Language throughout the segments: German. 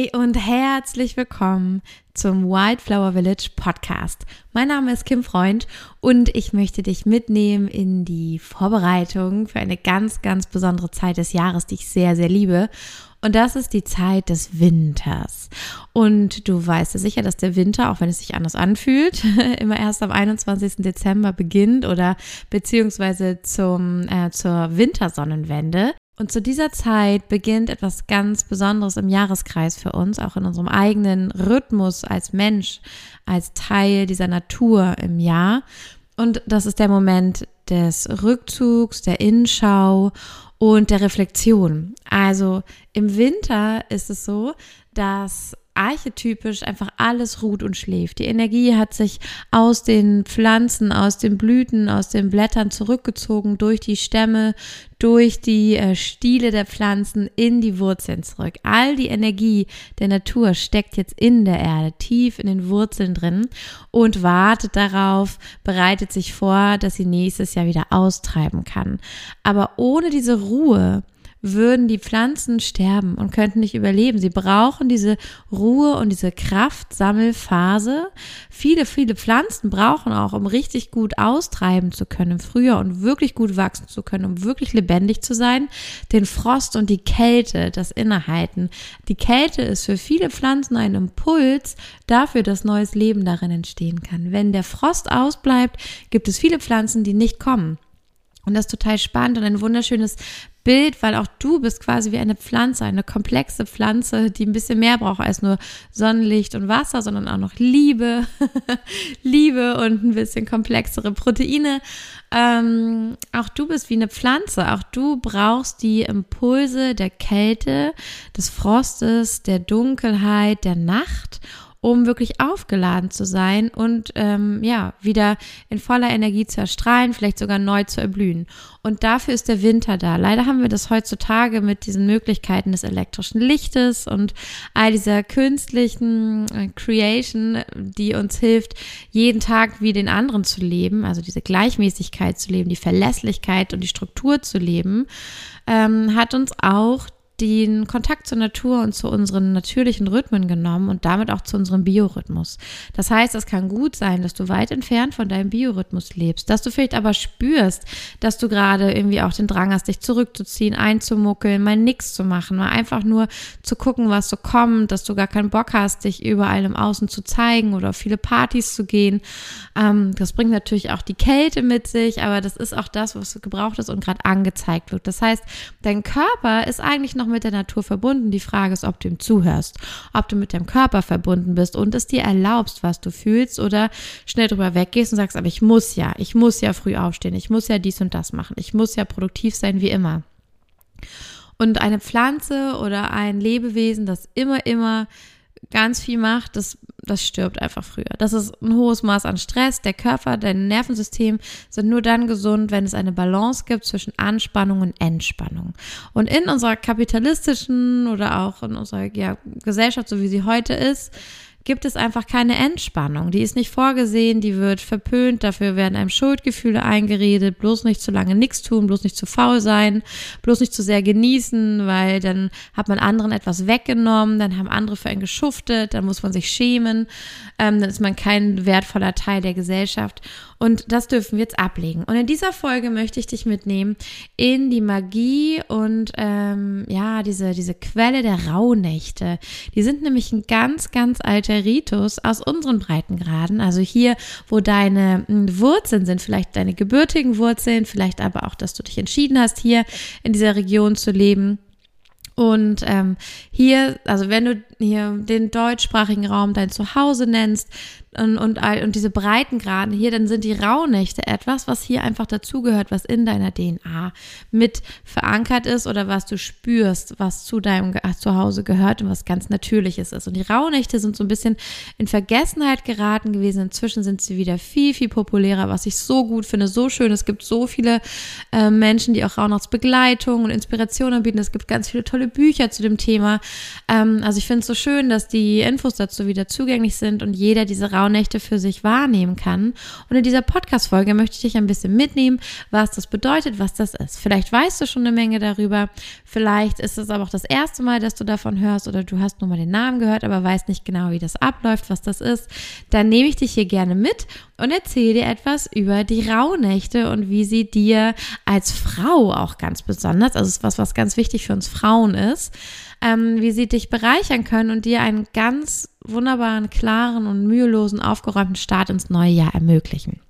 Und herzlich willkommen zum Wildflower Village Podcast. Mein Name ist Kim Freund und ich möchte dich mitnehmen in die Vorbereitung für eine ganz, ganz besondere Zeit des Jahres, die ich sehr, sehr liebe. Und das ist die Zeit des Winters. Und du weißt ja sicher, dass der Winter, auch wenn es sich anders anfühlt, immer erst am 21. Dezember beginnt oder beziehungsweise zur Wintersonnenwende. Und zu dieser Zeit beginnt etwas ganz Besonderes im Jahreskreis für uns, auch in unserem eigenen Rhythmus als Mensch, als Teil dieser Natur im Jahr. Und das ist der Moment des Rückzugs, der Innenschau und der Reflexion. Also im Winter ist es so, dass archetypisch einfach alles ruht und schläft. Die Energie hat sich aus den Pflanzen, aus den Blüten, aus den Blättern zurückgezogen, durch die Stämme, durch die Stiele der Pflanzen in die Wurzeln zurück. All die Energie der Natur steckt jetzt in der Erde, tief in den Wurzeln drin und wartet darauf, bereitet sich vor, dass sie nächstes Jahr wieder austreiben kann. Aber ohne diese Ruhe würden die Pflanzen sterben und könnten nicht überleben. Sie brauchen diese Ruhe und diese Kraftsammelphase. Viele Pflanzen brauchen auch, um richtig gut austreiben zu können im Frühjahr und wirklich gut wachsen zu können, um wirklich lebendig zu sein, den Frost und die Kälte, das Innehalten. Die Kälte ist für viele Pflanzen ein Impuls dafür, dass neues Leben darin entstehen kann. Wenn der Frost ausbleibt, gibt es viele Pflanzen, die nicht kommen. Und das ist total spannend und ein wunderschönes Bild, weil auch du bist quasi wie eine Pflanze, eine komplexe Pflanze, die ein bisschen mehr braucht als nur Sonnenlicht und Wasser, sondern auch noch Liebe, Liebe und ein bisschen komplexere Proteine. Auch du bist wie eine Pflanze, auch du brauchst die Impulse der Kälte, des Frostes, der Dunkelheit, der Nacht, um wirklich aufgeladen zu sein und wieder in voller Energie zu erstrahlen, vielleicht sogar neu zu erblühen. Und dafür ist der Winter da. Leider haben wir das heutzutage mit diesen Möglichkeiten des elektrischen Lichtes und all dieser künstlichen Creation, die uns hilft, jeden Tag wie den anderen zu leben, also diese Gleichmäßigkeit zu leben, die Verlässlichkeit und die Struktur zu leben, hat uns auch den Kontakt zur Natur und zu unseren natürlichen Rhythmen genommen und damit auch zu unserem Biorhythmus. Das heißt, es kann gut sein, dass du weit entfernt von deinem Biorhythmus lebst, dass du vielleicht aber spürst, dass du gerade irgendwie auch den Drang hast, dich zurückzuziehen, einzumuckeln, mal nichts zu machen, mal einfach nur zu gucken, was so kommt, dass du gar keinen Bock hast, dich überall im Außen zu zeigen oder auf viele Partys zu gehen. Das bringt natürlich auch die Kälte mit sich, aber das ist auch das, was gebraucht ist und gerade angezeigt wird. Das heißt, dein Körper ist eigentlich noch mit der Natur verbunden. Die Frage ist, ob du ihm zuhörst, ob du mit deinem Körper verbunden bist und es dir erlaubst, was du fühlst oder schnell drüber weggehst und sagst, aber ich muss ja früh aufstehen, ich muss ja dies und das machen, ich muss ja produktiv sein wie immer. Und eine Pflanze oder ein Lebewesen, das immer ganz viel macht, das stirbt einfach früher. Das ist ein hohes Maß an Stress. Der Körper, dein Nervensystem sind nur dann gesund, wenn es eine Balance gibt zwischen Anspannung und Entspannung. Und in unserer kapitalistischen oder auch in unserer Gesellschaft, so wie sie heute ist, gibt es einfach keine Entspannung. Die ist nicht vorgesehen, die wird verpönt, dafür werden einem Schuldgefühle eingeredet, bloß nicht zu lange nichts tun, bloß nicht zu faul sein, bloß nicht zu sehr genießen, weil dann hat man anderen etwas weggenommen, dann haben andere für einen geschuftet, dann muss man sich schämen, dann ist man kein wertvoller Teil der Gesellschaft und das dürfen wir jetzt ablegen. Und in dieser Folge möchte ich dich mitnehmen in die Magie und diese Quelle der Rauhnächte. Die sind nämlich ein ganz, ganz alter Ritus aus unseren Breitengraden, also hier, wo deine Wurzeln sind, vielleicht deine gebürtigen Wurzeln, vielleicht aber auch, dass du dich entschieden hast, hier in dieser Region zu leben. Und hier, also wenn du hier den deutschsprachigen Raum dein Zuhause nennst, und diese Breitengraden hier, dann sind die Rauhnächte etwas, was hier einfach dazugehört, was in deiner DNA mit verankert ist oder was du spürst, was zu deinem Zuhause gehört und was ganz Natürliches ist. Und die Rauhnächte sind so ein bisschen in Vergessenheit geraten gewesen. Inzwischen sind sie wieder viel, viel populärer, was ich so gut finde, so schön. Es gibt so viele Menschen, die auch Rauhnachtsbegleitung und Inspiration anbieten. Es gibt ganz viele tolle Bücher zu dem Thema. Also ich finde es so schön, dass die Infos dazu wieder zugänglich sind und jeder diese Rauhnächte für sich wahrnehmen kann. Und in dieser Podcast-Folge möchte ich dich ein bisschen mitnehmen, was das bedeutet, was das ist. Vielleicht weißt du schon eine Menge darüber, vielleicht ist es aber auch das erste Mal, dass du davon hörst oder du hast nur mal den Namen gehört, aber weißt nicht genau, wie das abläuft, was das ist. Dann nehme ich dich hier gerne mit und erzähle dir etwas über die Rauhnächte und wie sie dir als Frau auch ganz besonders, also es ist was ganz wichtig für uns Frauen ist, wie sie dich bereichern können und dir einen ganz wunderbaren, klaren und mühelosen, aufgeräumten Start ins neue Jahr ermöglichen.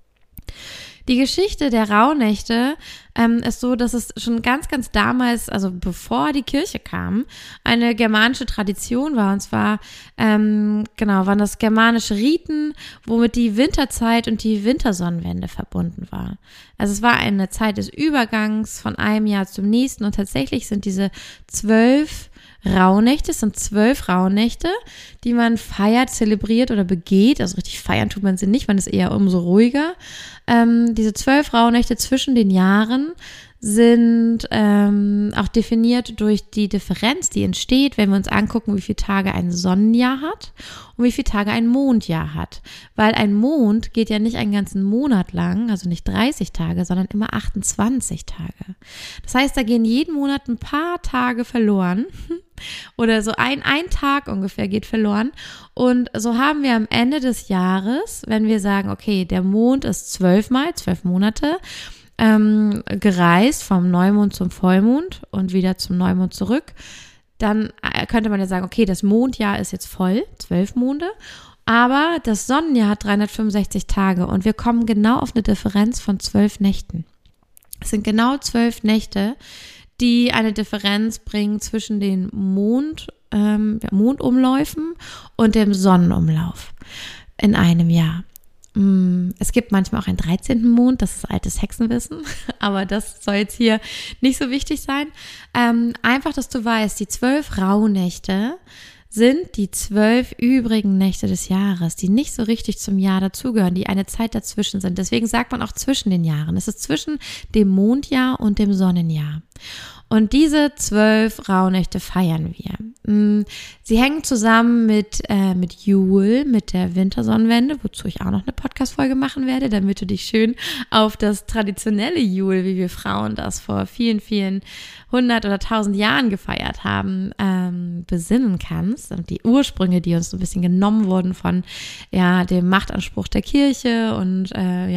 Die Geschichte der Rauhnächte ist so, dass es schon ganz, ganz damals, also bevor die Kirche kam, eine germanische Tradition war. Und zwar, waren das germanische Riten, womit die Winterzeit und die Wintersonnenwende verbunden war. Also es war eine Zeit des Übergangs von einem Jahr zum nächsten und tatsächlich sind diese 12 Rauhnächte, es sind 12 Rauhnächte, die man feiert, zelebriert oder begeht. Also richtig feiern tut man sie nicht, man ist eher umso ruhiger. Diese 12 Rauhnächte zwischen den Jahren sind auch definiert durch die Differenz, die entsteht, wenn wir uns angucken, wie viele Tage ein Sonnenjahr hat und wie viele Tage ein Mondjahr hat. Weil ein Mond geht ja nicht einen ganzen Monat lang, also nicht 30 Tage, sondern immer 28 Tage. Das heißt, da gehen jeden Monat ein paar Tage verloren oder so ein Tag ungefähr geht verloren. Und so haben wir am Ende des Jahres, wenn wir sagen, okay, der Mond ist 12 Monate, gereist vom Neumond zum Vollmond und wieder zum Neumond zurück, dann könnte man ja sagen, okay, das Mondjahr ist jetzt voll, 12 Monde, aber das Sonnenjahr hat 365 Tage und wir kommen genau auf eine Differenz von 12 Nächten. Es sind genau 12 Nächte, die eine Differenz bringen zwischen den Mondumläufen und dem Sonnenumlauf in einem Jahr. Es gibt manchmal auch einen 13. Mond, das ist altes Hexenwissen, aber das soll jetzt hier nicht so wichtig sein. Einfach, dass du weißt, die 12 Rauhnächte sind die 12 übrigen Nächte des Jahres, die nicht so richtig zum Jahr dazugehören, die eine Zeit dazwischen sind. Deswegen sagt man auch zwischen den Jahren. Es ist zwischen dem Mondjahr und dem Sonnenjahr. Und diese 12 Rauhnächte feiern wir. Sie hängen zusammen mit Jul, mit der Wintersonnenwende, wozu ich auch noch eine Podcast-Folge machen werde, damit du dich schön auf das traditionelle Jul, wie wir Frauen das vor vielen, vielen 100 oder 1000 Jahren gefeiert haben, besinnen kannst. Und die Ursprünge, die uns so ein bisschen genommen wurden von dem Machtanspruch der Kirche und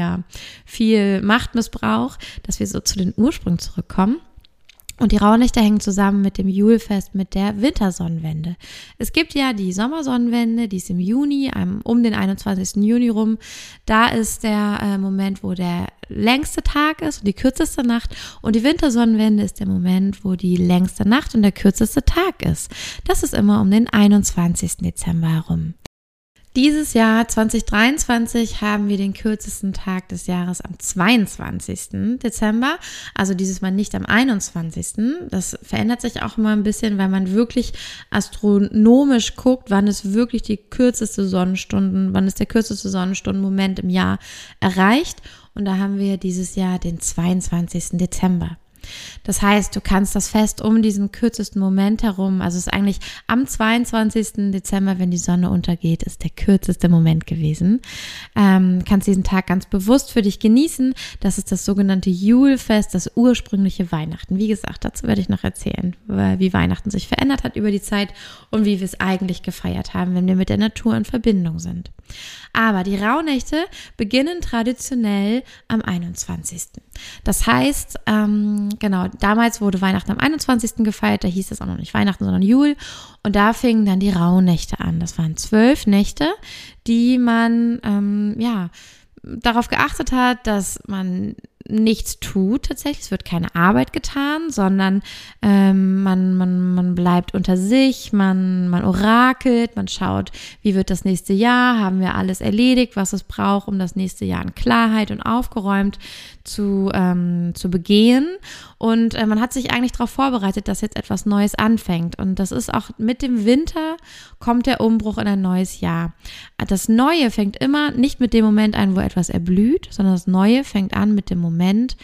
viel Machtmissbrauch, dass wir so zu den Ursprüngen zurückkommen. Und die Rauhnächte hängen zusammen mit dem Julfest, mit der Wintersonnenwende. Es gibt ja die Sommersonnenwende, die ist im Juni, um den 21. Juni rum. Da ist der Moment, wo der längste Tag ist und die kürzeste Nacht. Und die Wintersonnenwende ist der Moment, wo die längste Nacht und der kürzeste Tag ist. Das ist immer um den 21. Dezember herum. Dieses Jahr 2023 haben wir den kürzesten Tag des Jahres am 22. Dezember, also dieses Mal nicht am 21. Das verändert sich auch immer ein bisschen, weil man wirklich astronomisch guckt, wann ist der kürzeste Sonnenstundenmoment im Jahr erreicht. Und da haben wir dieses Jahr den 22. Dezember. Das heißt, du kannst das Fest um diesen kürzesten Moment herum, also es ist eigentlich am 22. Dezember, wenn die Sonne untergeht, ist der kürzeste Moment gewesen. Kannst diesen Tag ganz bewusst für dich genießen. Das ist das sogenannte Julfest, das ursprüngliche Weihnachten. Wie gesagt, dazu werde ich noch erzählen, wie Weihnachten sich verändert hat über die Zeit und wie wir es eigentlich gefeiert haben, wenn wir mit der Natur in Verbindung sind. Aber die Rauhnächte beginnen traditionell am 21. Das heißt, damals wurde Weihnachten am 21. gefeiert, da hieß es auch noch nicht Weihnachten, sondern Jul. Und da fingen dann die Rauhnächte an. Das waren 12 Nächte, die man darauf geachtet hat, dass man nichts tut tatsächlich. Es wird keine Arbeit getan, sondern man bleibt unter sich, man orakelt, man schaut, wie wird das nächste Jahr, haben wir alles erledigt, was es braucht, um das nächste Jahr in Klarheit und aufgeräumt zu begehen. Und man hat sich eigentlich darauf vorbereitet, dass jetzt etwas Neues anfängt. Und das ist auch mit dem Winter kommt der Umbruch in ein neues Jahr. Das Neue fängt immer nicht mit dem Moment an, wo etwas erblüht, sondern das Neue fängt an mit dem Moment,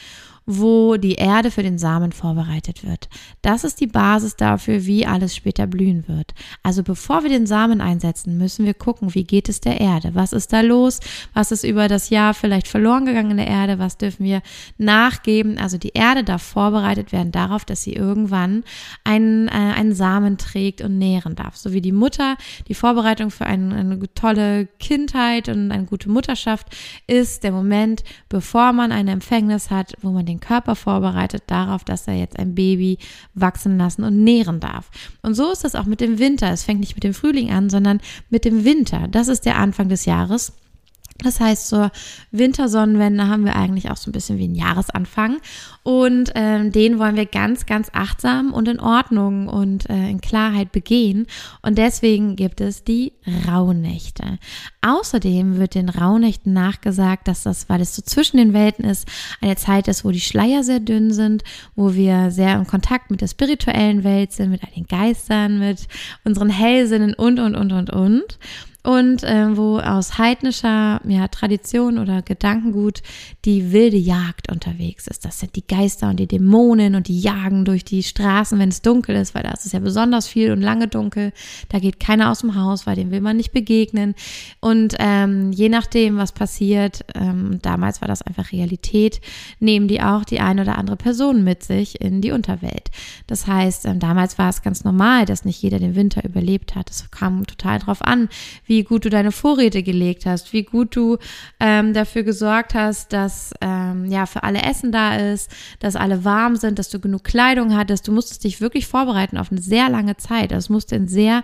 wo die Erde für den Samen vorbereitet wird. Das ist die Basis dafür, wie alles später blühen wird. Also bevor wir den Samen einsetzen, müssen wir gucken, wie geht es der Erde? Was ist da los? Was ist über das Jahr vielleicht verloren gegangen in der Erde? Was dürfen wir nachgeben? Also die Erde darf vorbereitet werden darauf, dass sie irgendwann einen Samen trägt und nähren darf. So wie die Mutter die Vorbereitung für eine tolle Kindheit und eine gute Mutterschaft ist der Moment, bevor man eine Empfängnis hat, wo man den Körper vorbereitet darauf, dass er jetzt ein Baby wachsen lassen und nähren darf. Und so ist das auch mit dem Winter. Es fängt nicht mit dem Frühling an, sondern mit dem Winter. Das ist der Anfang des Jahres. Das heißt, zur Wintersonnenwende haben wir eigentlich auch so ein bisschen wie einen Jahresanfang und den wollen wir ganz, ganz achtsam und in Ordnung und in Klarheit begehen und deswegen gibt es die Rauhnächte. Außerdem wird den Rauhnächten nachgesagt, dass das, weil es so zwischen den Welten ist, eine Zeit ist, wo die Schleier sehr dünn sind, wo wir sehr im Kontakt mit der spirituellen Welt sind, mit all den Geistern, mit unseren Hellsinnen und. Und wo aus heidnischer Tradition oder Gedankengut die wilde Jagd unterwegs ist. Das sind die Geister und die Dämonen und die jagen durch die Straßen, wenn es dunkel ist, weil da ist es ja besonders viel und lange dunkel. Da geht keiner aus dem Haus, weil dem will man nicht begegnen. Und je nachdem, was passiert, damals war das einfach Realität, nehmen die auch die eine oder andere Person mit sich in die Unterwelt. Das heißt, damals war es ganz normal, dass nicht jeder den Winter überlebt hat. Es kam total drauf an, wie gut du deine Vorräte gelegt hast, wie gut du dafür gesorgt hast, dass für alle Essen da ist, dass alle warm sind, dass du genug Kleidung hattest. Du musstest dich wirklich vorbereiten auf eine sehr lange Zeit. Das musste in sehr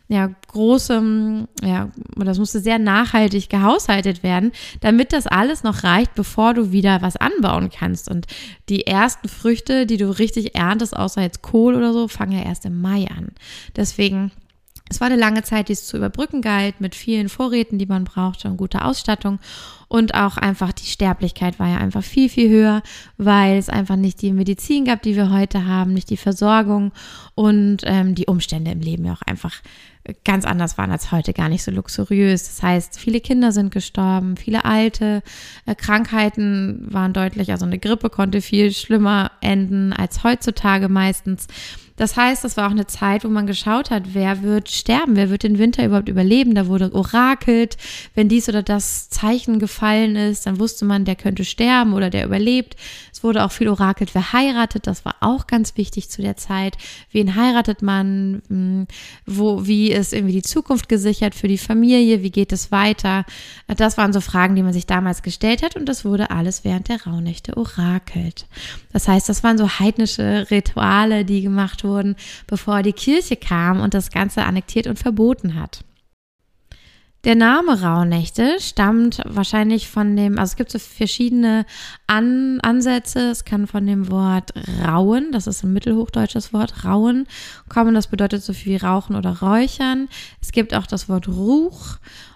das musste sehr nachhaltig gehaushaltet werden, damit das alles noch reicht, bevor du wieder was anbauen kannst. Und die ersten Früchte, die du richtig erntest, außer jetzt Kohl oder so, fangen ja erst im Mai an. Deswegen es war eine lange Zeit, die es zu überbrücken galt, mit vielen Vorräten, die man brauchte und guter Ausstattung. Und auch einfach die Sterblichkeit war ja einfach viel, viel höher, weil es einfach nicht die Medizin gab, die wir heute haben, nicht die Versorgung und die Umstände im Leben ja auch einfach ganz anders waren als heute, gar nicht so luxuriös. Das heißt, viele Kinder sind gestorben, viele alte Krankheiten waren deutlich, also eine Grippe konnte viel schlimmer enden als heutzutage meistens. Das heißt, das war auch eine Zeit, wo man geschaut hat, wer wird sterben, wer wird den Winter überhaupt überleben. Da wurde orakelt, wenn dies oder das Zeichen gefallen ist, dann wusste man, der könnte sterben oder der überlebt. Es wurde auch viel orakelt, wer heiratet, das war auch ganz wichtig zu der Zeit. Wen heiratet man, wie ist irgendwie die Zukunft gesichert für die Familie, wie geht es weiter? Das waren so Fragen, die man sich damals gestellt hat und das wurde alles während der Rauhnächte orakelt. Das heißt, das waren so heidnische Rituale, die gemacht wurden, bevor die Kirche kam und das Ganze annektiert und verboten hat. Der Name Rauhnächte stammt wahrscheinlich es gibt so verschiedene Ansätze. Es kann von dem Wort Rauen, das ist ein mittelhochdeutsches Wort, Rauen, kommen. Das bedeutet so viel wie Rauchen oder Räuchern. Es gibt auch das Wort Ruch.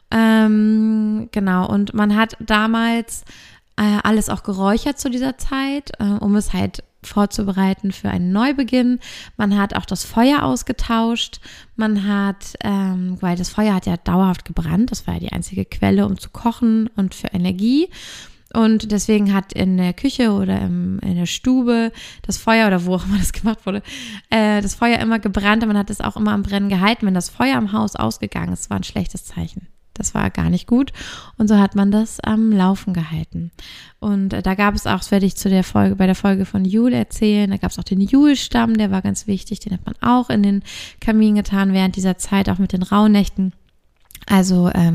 Genau, und man hat damals alles auch geräuchert zu dieser Zeit, um es halt vorzubereiten für einen Neubeginn. Man hat auch das Feuer ausgetauscht. Man hat, weil das Feuer hat ja dauerhaft gebrannt, das war ja die einzige Quelle, um zu kochen und für Energie. Und deswegen hat in der Küche oder in der Stube das Feuer oder wo auch immer das gemacht wurde, das Feuer immer gebrannt und man hat es auch immer am Brennen gehalten. Wenn das Feuer im Haus ausgegangen ist, war ein schlechtes Zeichen. Das war gar nicht gut und so hat man das am Laufen gehalten. Und da gab es auch, das werde ich bei der Folge von Jule erzählen, da gab es auch den Julstamm, der war ganz wichtig, den hat man auch in den Kamin getan während dieser Zeit, auch mit den Rauhnächten. Also da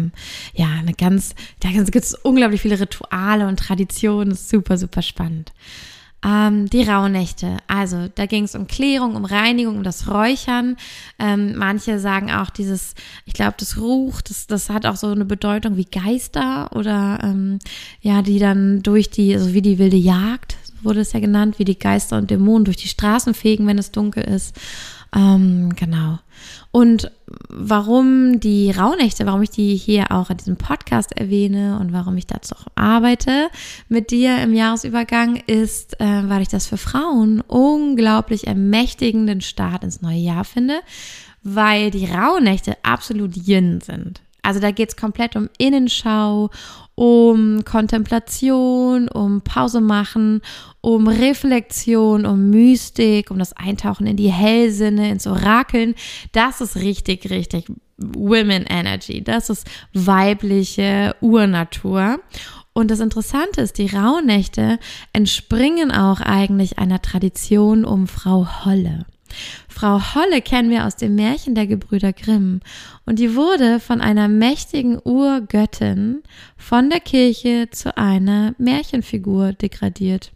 gibt es unglaublich viele Rituale und Traditionen, das ist super, super spannend. Die Rauhnächte, also da ging es um Klärung, um Reinigung, um das Räuchern. Manche sagen auch ich glaube das Ruch, das hat auch so eine Bedeutung wie Geister oder die dann wie die wilde Jagd, wurde es ja genannt, wie die Geister und Dämonen durch die Straßen fegen, wenn es dunkel ist. Genau. Und warum ich die hier auch in diesem Podcast erwähne und warum ich dazu auch arbeite mit dir im Jahresübergang ist, weil ich das für Frauen unglaublich ermächtigenden Start ins neue Jahr finde, weil die Rauhnächte absolut Yin sind. Also da geht es komplett um Innenschau, um Kontemplation, um Pause machen, um Reflexion, um Mystik, um das Eintauchen in die Hellsinne, ins Orakeln. Das ist richtig, richtig Women Energy. Das ist weibliche Urnatur. Und das Interessante ist, die Rauhnächte entspringen auch eigentlich einer Tradition um Frau Holle. Frau Holle kennen wir aus dem Märchen der Gebrüder Grimm und die wurde von einer mächtigen Urgöttin von der Kirche zu einer Märchenfigur degradiert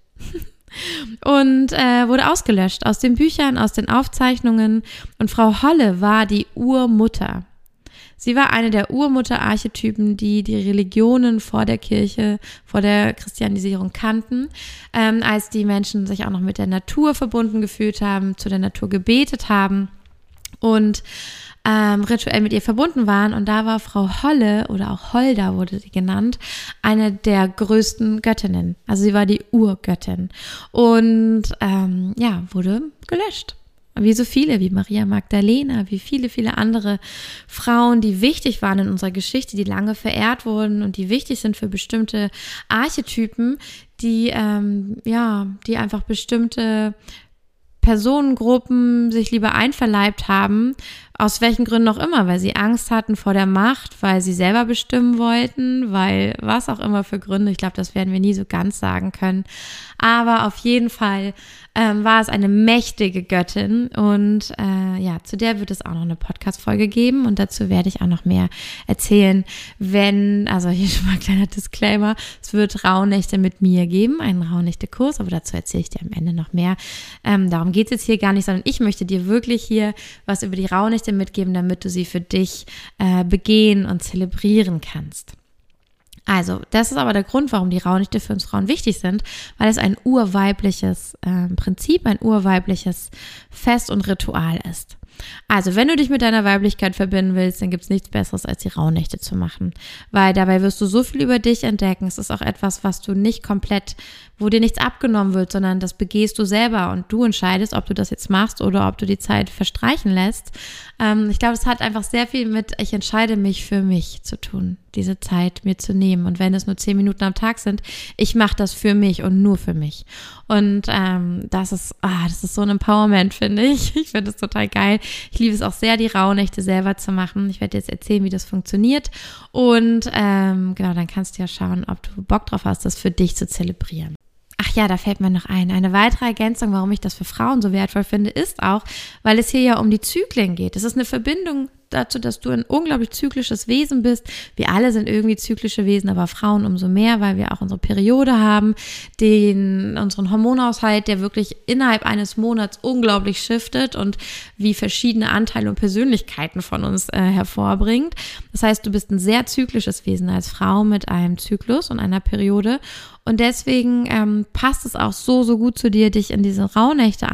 und wurde ausgelöscht aus den Büchern, aus den Aufzeichnungen, und Frau Holle war die Urmutter. Sie war eine der Urmutter-Archetypen, die Religionen vor der Kirche, vor der Christianisierung kannten, als die Menschen sich auch noch mit der Natur verbunden gefühlt haben, zu der Natur gebetet haben und rituell mit ihr verbunden waren. Und da war Frau Holle, oder auch Holda wurde sie genannt, eine der größten Göttinnen. Also sie war die Urgöttin und wurde gelöscht. Wie so viele, wie Maria Magdalena, wie viele, viele andere Frauen, die wichtig waren in unserer Geschichte, die lange verehrt wurden und die wichtig sind für bestimmte Archetypen, die einfach bestimmte Personengruppen sich lieber einverleibt haben, aus welchen Gründen auch immer, weil sie Angst hatten vor der Macht, weil sie selber bestimmen wollten, weil was auch immer für Gründe, ich glaube, das werden wir nie so ganz sagen können, aber auf jeden Fall war es eine mächtige Göttin und zu der wird es auch noch eine Podcast-Folge geben und dazu werde ich auch noch mehr erzählen, also hier schon mal ein kleiner Disclaimer, es wird Rauhnächte mit mir geben, einen Rauhnächte-Kurs, aber dazu erzähle ich dir am Ende noch mehr. Darum geht es jetzt hier gar nicht, sondern ich möchte dir wirklich hier was über die Rauhnächte mitgeben, damit du sie für dich begehen und zelebrieren kannst. Also, das ist aber der Grund, warum die Rauhnächte für uns Frauen wichtig sind, weil es ein urweibliches Prinzip, ein urweibliches Fest und Ritual ist. Also, wenn du dich mit deiner Weiblichkeit verbinden willst, dann gibt es nichts Besseres, als die Rauhnächte zu machen, weil dabei wirst du so viel über dich entdecken. Es ist auch etwas, was du nicht komplett, wo dir nichts abgenommen wird, sondern das begehst du selber und du entscheidest, ob du das jetzt machst oder ob du die Zeit verstreichen lässt. Ich glaube, es hat einfach sehr viel mit, ich entscheide mich für mich zu tun, diese Zeit mir zu nehmen. Und wenn es nur 10 Minuten am Tag sind, ich mache das für mich und nur für mich. Und das ist so ein Empowerment, finde ich. Ich finde es total geil. Ich liebe es auch sehr, die Rauhnächte selber zu machen. Ich werde dir jetzt erzählen, wie das funktioniert. Und dann kannst du ja schauen, ob du Bock drauf hast, das für dich zu zelebrieren. Ach ja, da fällt mir noch ein. Eine weitere Ergänzung, warum ich das für Frauen so wertvoll finde, ist auch, weil es hier ja um die Zyklen geht. Es ist eine Verbindung dazu, dass du ein unglaublich zyklisches Wesen bist. Wir alle sind irgendwie zyklische Wesen, aber Frauen umso mehr, weil wir auch unsere Periode haben, unseren Hormonhaushalt, der wirklich innerhalb eines Monats unglaublich shiftet und wie verschiedene Anteile und Persönlichkeiten von uns hervorbringt. Das heißt, du bist ein sehr zyklisches Wesen als Frau mit einem Zyklus und einer Periode. Und deswegen passt es auch so gut zu dir, dich in diese Rauhnächte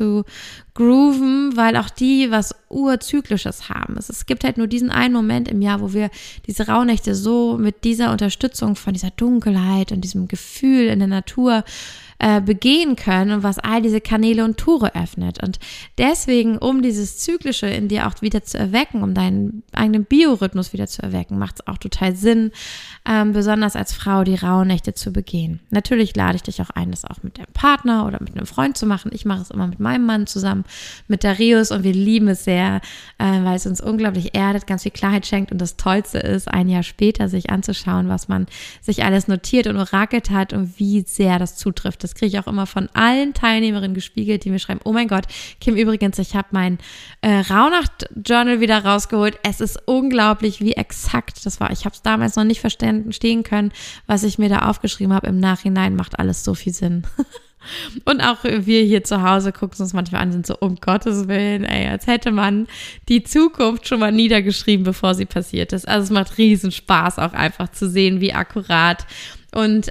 einzugrooven, weil auch die was Urzyklisches haben. Es gibt halt nur diesen einen Moment im Jahr, wo wir diese Rauhnächte so mit dieser Unterstützung von dieser Dunkelheit und diesem Gefühl in der Natur begehen können und was all diese Kanäle und Tore öffnet. Und deswegen, um dieses Zyklische in dir auch wieder zu erwecken, um deinen eigenen Biorhythmus wieder zu erwecken, macht es auch total Sinn, besonders als Frau die Rauhnächte zu begehen. Natürlich lade ich dich auch ein, das auch mit deinem Partner oder mit einem Freund zu machen. Ich mache es immer mit meinem Mann zusammen, mit Darius, und wir lieben es sehr, weil es uns unglaublich erdet, ganz viel Klarheit schenkt, und das Tollste ist, ein Jahr später sich anzuschauen, was man sich alles notiert und orakelt hat und wie sehr das zutrifft. Das kriege ich auch immer von allen Teilnehmerinnen gespiegelt, die mir schreiben, oh mein Gott, Kim, übrigens, ich habe mein Rauhnacht-Journal wieder rausgeholt. Es ist unglaublich, wie exakt das war. Ich habe es damals noch nicht verstehen können, was ich mir da aufgeschrieben habe. Im Nachhinein macht alles so viel Sinn. Und auch wir hier zu Hause gucken uns manchmal an, sind so, um Gottes Willen, als hätte man die Zukunft schon mal niedergeschrieben, bevor sie passiert ist. Also es macht riesen Spaß, auch einfach zu sehen, wie akkurat und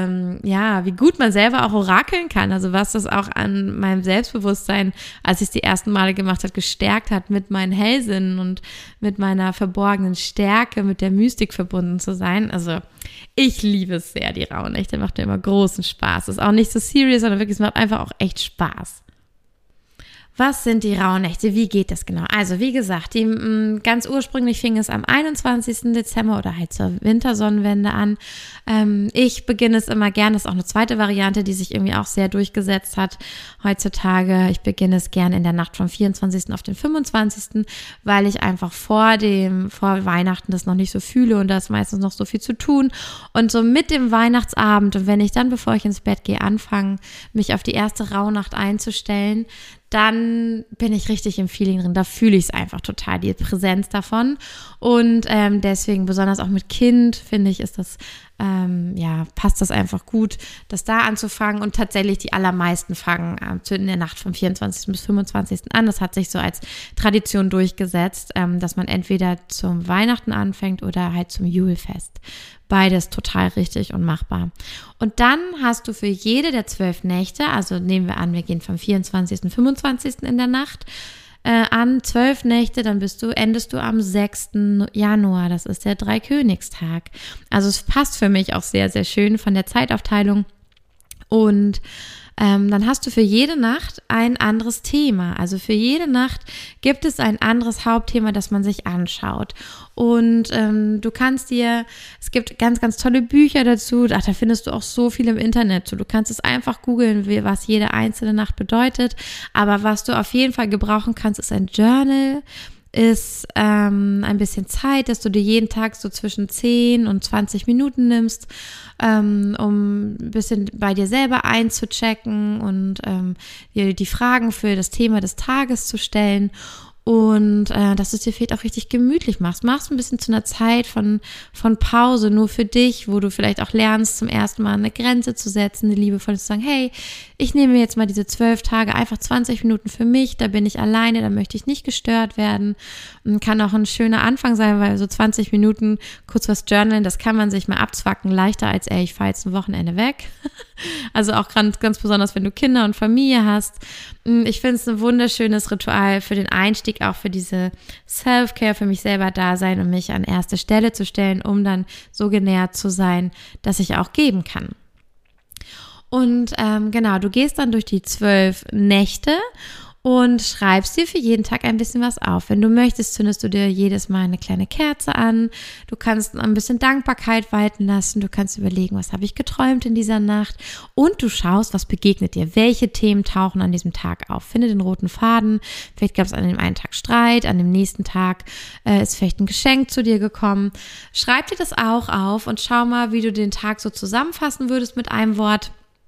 wie gut man selber auch orakeln kann. Also was das auch an meinem Selbstbewusstsein, als ich es die ersten Male gemacht habe, gestärkt hat, mit meinen Hellsinnen und mit meiner verborgenen Stärke, mit der Mystik verbunden zu sein. Also ich liebe es sehr, die Rauhnächte, macht mir immer großen Spaß. Ist auch nicht so serious, sondern wirklich, es macht einfach auch echt Spaß. Was sind die Rauhnächte? Wie geht das genau? Also wie gesagt, ganz ursprünglich fing es am 21. Dezember oder halt zur Wintersonnenwende an. Ich beginne es immer gern, das ist auch eine zweite Variante, die sich irgendwie auch sehr durchgesetzt hat heutzutage. Ich beginne es gern in der Nacht vom 24. auf den 25., weil ich einfach vor Weihnachten das noch nicht so fühle und da ist meistens noch so viel zu tun. Und so mit dem Weihnachtsabend und wenn ich dann, bevor ich ins Bett gehe, anfange, mich auf die erste Rauhnacht einzustellen, dann bin ich richtig im Feeling drin. Da fühle ich es einfach total, die Präsenz davon. Und deswegen, besonders auch mit Kind, finde ich, ist das, passt das einfach gut, das da anzufangen. Und tatsächlich die allermeisten fangen in der Nacht vom 24. bis 25. an. Das hat sich so als Tradition durchgesetzt, dass man entweder zum Weihnachten anfängt oder halt zum Julfest. Beides total richtig und machbar. Und dann hast du für jede der 12 Nächte, also nehmen wir an, wir gehen vom 24. 25. in der Nacht an, 12 Nächte, dann endest du am 6. Januar, das ist der Dreikönigstag. Also es passt für mich auch sehr, sehr schön von der Zeitaufteilung. Und dann hast du für jede Nacht ein anderes Thema. Also für jede Nacht gibt es ein anderes Hauptthema, das man sich anschaut. Und es gibt ganz, ganz tolle Bücher dazu. Da findest du auch so viel im Internet zu. Du kannst es einfach googeln, was jede einzelne Nacht bedeutet. Aber was du auf jeden Fall gebrauchen kannst, ist ein Journal, ist ein bisschen Zeit, dass du dir jeden Tag so zwischen 10 und 20 Minuten nimmst, um ein bisschen bei dir selber einzuchecken und dir die Fragen für das Thema des Tages zu stellen. Und dass du es dir vielleicht auch richtig gemütlich machst. Machst ein bisschen zu einer Zeit von Pause nur für dich, wo du vielleicht auch lernst, zum ersten Mal eine Grenze zu setzen, eine liebevolle zu sagen, hey, ich nehme mir jetzt mal diese 12 Tage, einfach 20 Minuten für mich, da bin ich alleine, da möchte ich nicht gestört werden. Und kann auch ein schöner Anfang sein, weil so 20 Minuten kurz was journalen, das kann man sich mal abzwacken, leichter als, ich fahre jetzt ein Wochenende weg. Also auch ganz, ganz besonders, wenn du Kinder und Familie hast. Ich finde es ein wunderschönes Ritual für den Einstieg, auch für diese Self-Care, für mich selber da sein und mich an erste Stelle zu stellen, um dann so genährt zu sein, dass ich auch geben kann. Und du gehst dann durch die 12 Nächte und schreibst dir für jeden Tag ein bisschen was auf. Wenn du möchtest, zündest du dir jedes Mal eine kleine Kerze an. Du kannst ein bisschen Dankbarkeit walten lassen. Du kannst überlegen, was habe ich geträumt in dieser Nacht. Und du schaust, was begegnet dir. Welche Themen tauchen an diesem Tag auf. Finde den roten Faden. Vielleicht gab es an dem einen Tag Streit, an dem nächsten Tag ist vielleicht ein Geschenk zu dir gekommen. Schreib dir das auch auf und schau mal, wie du den Tag so zusammenfassen würdest mit einem Wort.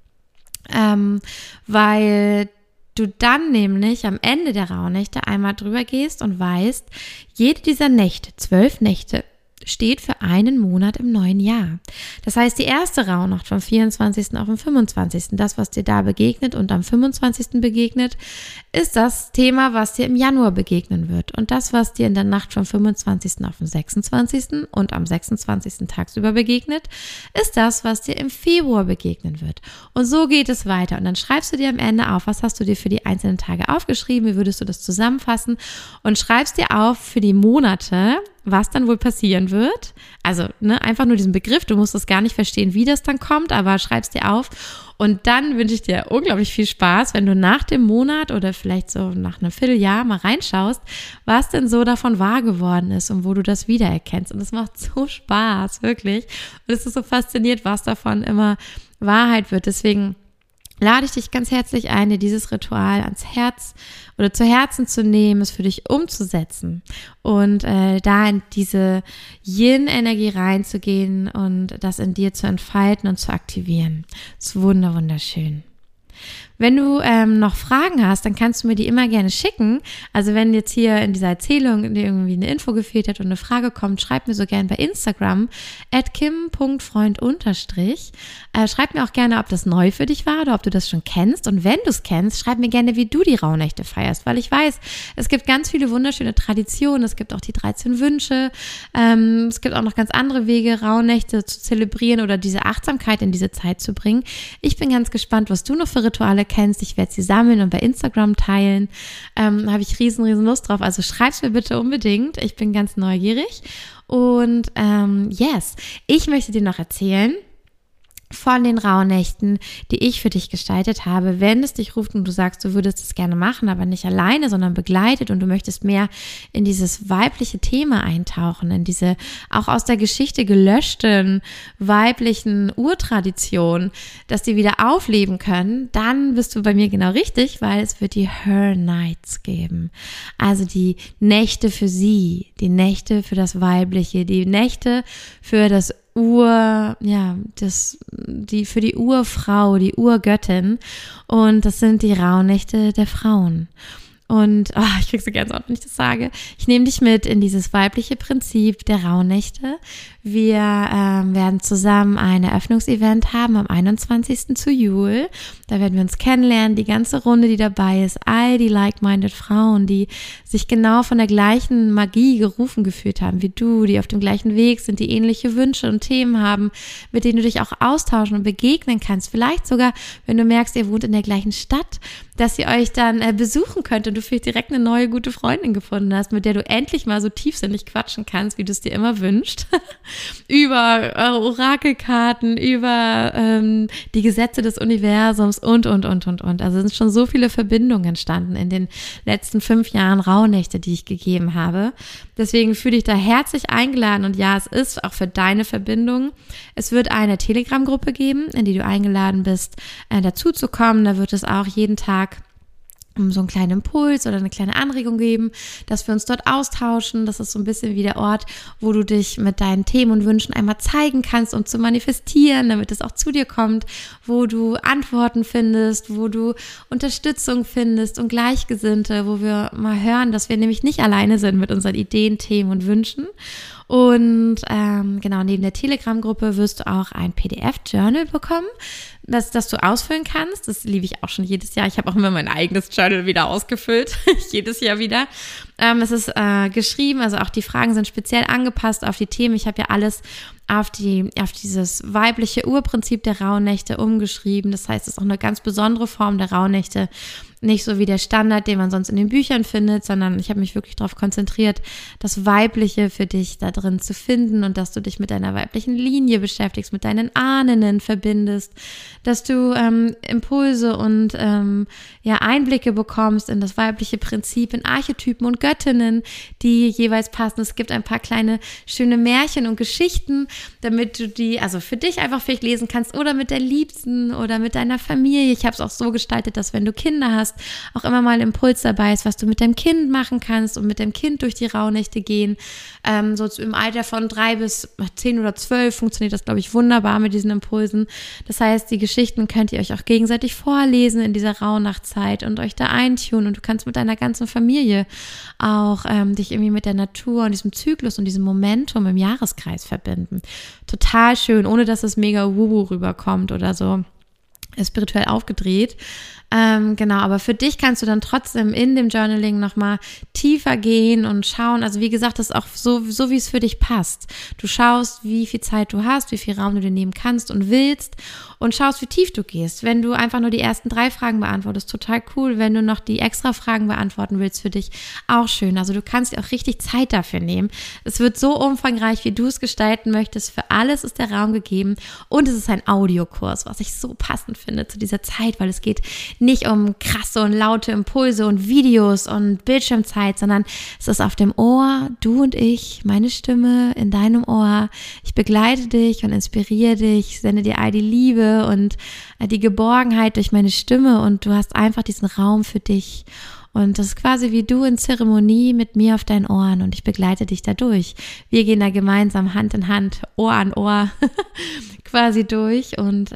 Weil du dann nämlich am Ende der Rauhnächte einmal drüber gehst und weißt, jede dieser Nächte, 12 Nächte, steht für einen Monat im neuen Jahr. Das heißt, die erste Rauhnacht vom 24. auf den 25., das, was dir da begegnet und am 25. begegnet, ist das Thema, was dir im Januar begegnen wird. Und das, was dir in der Nacht vom 25. auf den 26. und am 26. tagsüber begegnet, ist das, was dir im Februar begegnen wird. Und so geht es weiter. Und dann schreibst du dir am Ende auf, was hast du dir für die einzelnen Tage aufgeschrieben, wie würdest du das zusammenfassen und schreibst dir auf für die Monate, was dann wohl passieren wird. Also einfach nur diesen Begriff, du musst das gar nicht verstehen, wie das dann kommt, aber schreibst dir auf und dann wünsche ich dir unglaublich viel Spaß, wenn du nach dem Monat oder vielleicht so nach einem Vierteljahr mal reinschaust, was denn so davon wahr geworden ist und wo du das wiedererkennst. Und das macht so Spaß, wirklich. Und es ist so faszinierend, was davon immer Wahrheit wird. Deswegen lade ich dich ganz herzlich ein, dir dieses Ritual ans Herz oder zu Herzen zu nehmen, es für dich umzusetzen und da in diese Yin-Energie reinzugehen und das in dir zu entfalten und zu aktivieren. Das ist wunderschön. Wenn du noch Fragen hast, dann kannst du mir die immer gerne schicken. Also wenn jetzt hier in dieser Erzählung dir irgendwie eine Info gefehlt hat und eine Frage kommt, schreib mir so gerne bei Instagram @kim.freund_. Schreib mir auch gerne, ob das neu für dich war oder ob du das schon kennst. Und wenn du es kennst, schreib mir gerne, wie du die Rauhnächte feierst, weil ich weiß, es gibt ganz viele wunderschöne Traditionen. Es gibt auch die 13 Wünsche. Es gibt auch noch ganz andere Wege, Rauhnächte zu zelebrieren oder diese Achtsamkeit in diese Zeit zu bringen. Ich bin ganz gespannt, was du noch für Rituale kennst. Ich werde sie sammeln und bei Instagram teilen. Da habe ich riesen Lust drauf. Also schreib's mir bitte unbedingt. Ich bin ganz neugierig. Und ich möchte dir noch erzählen von den Rauhnächten, die ich für dich gestaltet habe. Wenn es dich ruft und du sagst, du würdest es gerne machen, aber nicht alleine, sondern begleitet und du möchtest mehr in dieses weibliche Thema eintauchen, in diese auch aus der Geschichte gelöschten weiblichen Urtraditionen, dass die wieder aufleben können, dann bist du bei mir genau richtig, weil es wird die Her Nights geben. Also die Nächte für sie, die Nächte für das Weibliche, die Nächte für das für die Urfrau, die Urgöttin. Und das sind die Rauhnächte der Frauen. Und ich krieg so Gänsehaut, wenn ich das sage. Ich nehme dich mit in dieses weibliche Prinzip der Rauhnächte. Wir werden zusammen ein Eröffnungsevent haben am 21. zu Jul. Da werden wir uns kennenlernen, die ganze Runde, die dabei ist, all die like-minded Frauen, die sich genau von der gleichen Magie gerufen gefühlt haben wie du, die auf dem gleichen Weg sind, die ähnliche Wünsche und Themen haben, mit denen du dich auch austauschen und begegnen kannst. Vielleicht sogar, wenn du merkst, ihr wohnt in der gleichen Stadt, dass ihr euch dann besuchen könnt und du vielleicht direkt eine neue gute Freundin gefunden hast, mit der du endlich mal so tiefsinnig quatschen kannst, wie du es dir immer wünschst. Über Orakelkarten, über die Gesetze des Universums und. Also es sind schon so viele Verbindungen entstanden in den letzten 5 Jahren Rauhnächte, die ich gegeben habe. Deswegen fühle ich da herzlich eingeladen und ja, es ist auch für deine Verbindung. Es wird eine Telegram-Gruppe geben, in die du eingeladen bist, dazu zu kommen. Da wird es auch jeden Tag so einen kleinen Impuls oder eine kleine Anregung geben, dass wir uns dort austauschen. Das ist so ein bisschen wie der Ort, wo du dich mit deinen Themen und Wünschen einmal zeigen kannst, um zu manifestieren, damit es auch zu dir kommt, wo du Antworten findest, wo du Unterstützung findest und Gleichgesinnte, wo wir mal hören, dass wir nämlich nicht alleine sind mit unseren Ideen, Themen und Wünschen. Und neben der Telegram-Gruppe wirst du auch ein PDF-Journal bekommen, das du ausfüllen kannst. Das liebe ich auch schon jedes Jahr. Ich habe auch immer mein eigenes Journal wieder ausgefüllt, jedes Jahr wieder. Es ist geschrieben, also auch die Fragen sind speziell angepasst auf die Themen. Ich habe ja alles auf dieses weibliche Urprinzip der Rauhnächte umgeschrieben. Das heißt, es ist auch eine ganz besondere Form der Rauhnächte. Nicht so wie der Standard, den man sonst in den Büchern findet, sondern ich habe mich wirklich darauf konzentriert, das Weibliche für dich da drin zu finden und dass du dich mit deiner weiblichen Linie beschäftigst, mit deinen Ahnen verbindest, dass du Impulse und Einblicke bekommst in das weibliche Prinzip, in Archetypen und Göttinnen, die jeweils passen. Es gibt ein paar kleine schöne Märchen und Geschichten, damit du die also für dich einfach vielleicht lesen kannst oder mit der Liebsten oder mit deiner Familie. Ich habe es auch so gestaltet, dass wenn du Kinder hast, auch immer mal ein Impuls dabei ist, was du mit deinem Kind machen kannst und mit dem Kind durch die Rauhnächte gehen. So im Alter von 3 bis 10 oder 12 funktioniert das, glaube ich, wunderbar mit diesen Impulsen. Das heißt, die Geschichten könnt ihr euch auch gegenseitig vorlesen in dieser Rauhnachtzeit und euch da eintunen und du kannst mit deiner ganzen Familie auch dich irgendwie mit der Natur und diesem Zyklus und diesem Momentum im Jahreskreis verbinden. Total schön, ohne dass es mega wuhu rüberkommt oder so spirituell aufgedreht. Aber für dich kannst du dann trotzdem in dem Journaling nochmal tiefer gehen und schauen, also wie gesagt, das ist auch so wie es für dich passt. Du schaust, wie viel Zeit du hast, wie viel Raum du dir nehmen kannst und willst und schaust, wie tief du gehst. Wenn du einfach nur die ersten 3 Fragen beantwortest, total cool. Wenn du noch die extra Fragen beantworten willst für dich, auch schön. Also du kannst dir auch richtig Zeit dafür nehmen. Es wird so umfangreich, wie du es gestalten möchtest. Für alles ist der Raum gegeben und es ist ein Audiokurs, was ich so passend finde zu dieser Zeit, weil es geht nicht um krasse und laute Impulse und Videos und Bildschirmzeit, sondern es ist auf dem Ohr, du und ich, meine Stimme in deinem Ohr. Ich begleite dich und inspiriere dich, sende dir all die Liebe und die Geborgenheit durch meine Stimme und du hast einfach diesen Raum für dich. Und das ist quasi wie du in Zeremonie mit mir auf deinen Ohren und ich begleite dich da durch. Wir gehen da gemeinsam Hand in Hand, Ohr an Ohr quasi durch und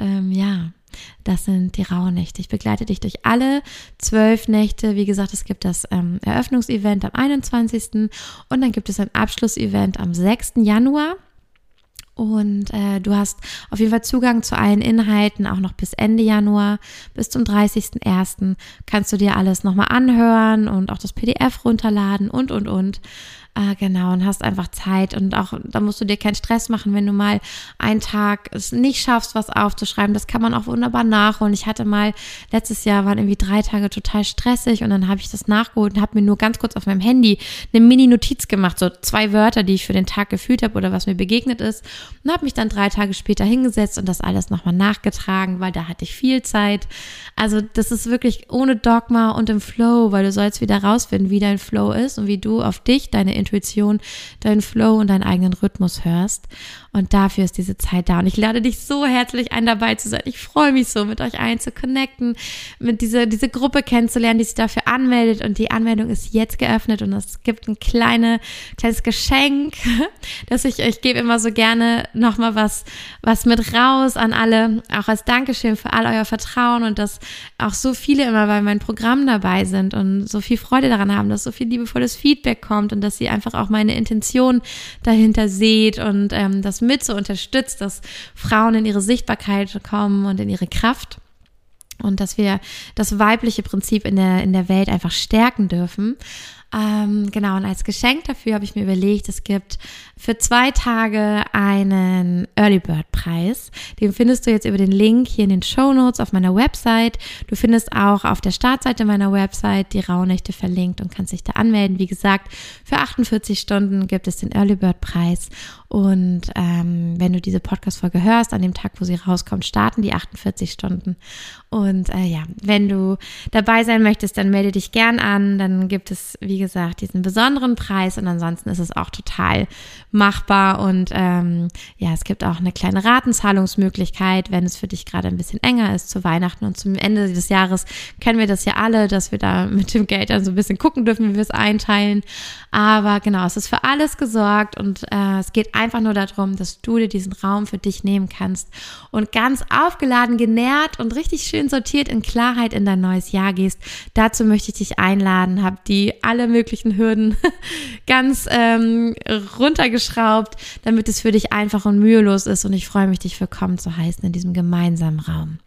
das sind die Rauhnächte. Ich begleite dich durch alle 12 Nächte. Wie gesagt, es gibt das Eröffnungsevent am 21. und dann gibt es ein Abschlussevent am 6. Januar. Und du hast auf jeden Fall Zugang zu allen Inhalten, auch noch bis Ende Januar, bis zum 30.01. kannst du dir alles nochmal anhören und auch das PDF runterladen und. Genau, und hast einfach Zeit und auch, da musst du dir keinen Stress machen, wenn du mal einen Tag es nicht schaffst, was aufzuschreiben. Das kann man auch wunderbar nachholen. Ich hatte mal, letztes Jahr waren irgendwie 3 Tage total stressig und dann habe ich das nachgeholt und habe mir nur ganz kurz auf meinem Handy eine Mini-Notiz gemacht, so 2 Wörter, die ich für den Tag gefühlt habe oder was mir begegnet ist, und habe mich dann 3 Tage später hingesetzt und das alles nochmal nachgetragen, weil da hatte ich viel Zeit. Also das ist wirklich ohne Dogma und im Flow, weil du sollst wieder rausfinden, wie dein Flow ist und wie du auf dich, deine Intuition, deinen Flow und deinen eigenen Rhythmus hörst. Und dafür ist diese Zeit da. Und ich lade dich so herzlich ein, dabei zu sein. Ich freue mich so, mit euch allen zu connecten, mit diese Gruppe kennenzulernen, die sich dafür anmeldet. Und die Anmeldung ist jetzt geöffnet und es gibt ein kleines Geschenk, dass ich gebe immer so gerne nochmal was mit raus an alle, auch als Dankeschön für all euer Vertrauen und dass auch so viele immer bei meinem Programm dabei sind und so viel Freude daran haben, dass so viel liebevolles Feedback kommt und dass ihr einfach auch meine Intention dahinter seht und das mit so unterstützt, dass Frauen in ihre Sichtbarkeit kommen und in ihre Kraft und dass wir das weibliche Prinzip in der Welt einfach stärken dürfen. Genau, und als Geschenk dafür habe ich mir überlegt, es gibt für 2 Tage einen Early Bird Preis. Den findest du jetzt über den Link hier in den Shownotes auf meiner Website. Du findest auch auf der Startseite meiner Website die Rauhnächte verlinkt und kannst dich da anmelden. Wie gesagt, für 48 Stunden gibt es den Early Bird Preis. Und wenn du diese Podcast-Folge hörst, an dem Tag, wo sie rauskommt, starten die 48 Stunden. Und wenn du dabei sein möchtest, dann melde dich gern an. Dann gibt es, wie gesagt, diesen besonderen Preis und ansonsten ist es auch total machbar und es gibt auch eine kleine Ratenzahlungsmöglichkeit, wenn es für dich gerade ein bisschen enger ist zu Weihnachten und zum Ende des Jahres kennen wir das ja alle, dass wir da mit dem Geld dann so ein bisschen gucken dürfen, wie wir es einteilen, aber genau, es ist für alles gesorgt und es geht einfach nur darum, dass du dir diesen Raum für dich nehmen kannst und ganz aufgeladen, genährt und richtig schön sortiert in Klarheit in dein neues Jahr gehst. Dazu möchte ich dich einladen, habe die alle möglichen Hürden ganz runtergeschraubt, damit es für dich einfach und mühelos ist und ich freue mich, dich willkommen zu heißen in diesem gemeinsamen Raum.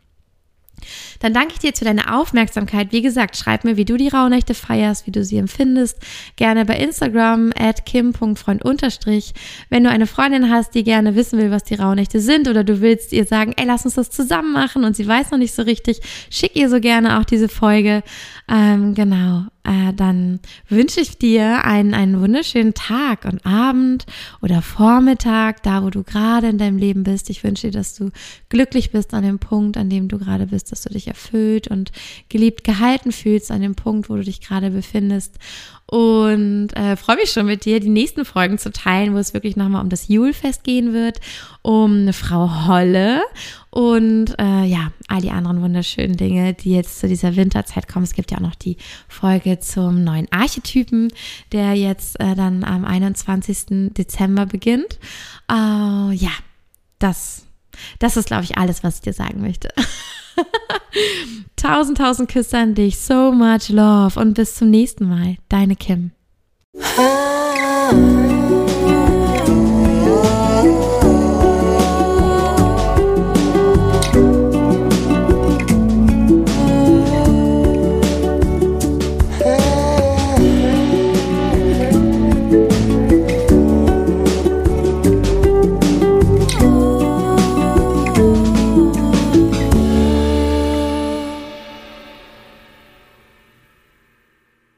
Dann danke ich dir für deine Aufmerksamkeit. Wie gesagt, schreib mir, wie du die Rauhnächte feierst, wie du sie empfindest. Gerne bei Instagram @kim.freund_. Wenn du eine Freundin hast, die gerne wissen will, was die Rauhnächte sind oder du willst ihr sagen, ey, lass uns das zusammen machen und sie weiß noch nicht so richtig, schick ihr so gerne auch diese Folge. Dann wünsche ich dir einen wunderschönen Tag und Abend oder Vormittag, da wo du gerade in deinem Leben bist. Ich wünsche dir, dass du glücklich bist an dem Punkt, an dem du gerade bist, dass du dich erfüllt und geliebt gehalten fühlst an dem Punkt, wo du dich gerade befindest. Und freue mich schon mit dir, die nächsten Folgen zu teilen, wo es wirklich nochmal um das Julfest gehen wird, um eine Frau Holle und all die anderen wunderschönen Dinge, die jetzt zu dieser Winterzeit kommen. Es gibt ja auch noch die Folge zum neuen Archetypen, der jetzt dann am 21. Dezember beginnt. Das ist, glaube ich, alles, was ich dir sagen möchte. 1000 Küsse an dich, so much love und bis zum nächsten Mal. Deine Kim.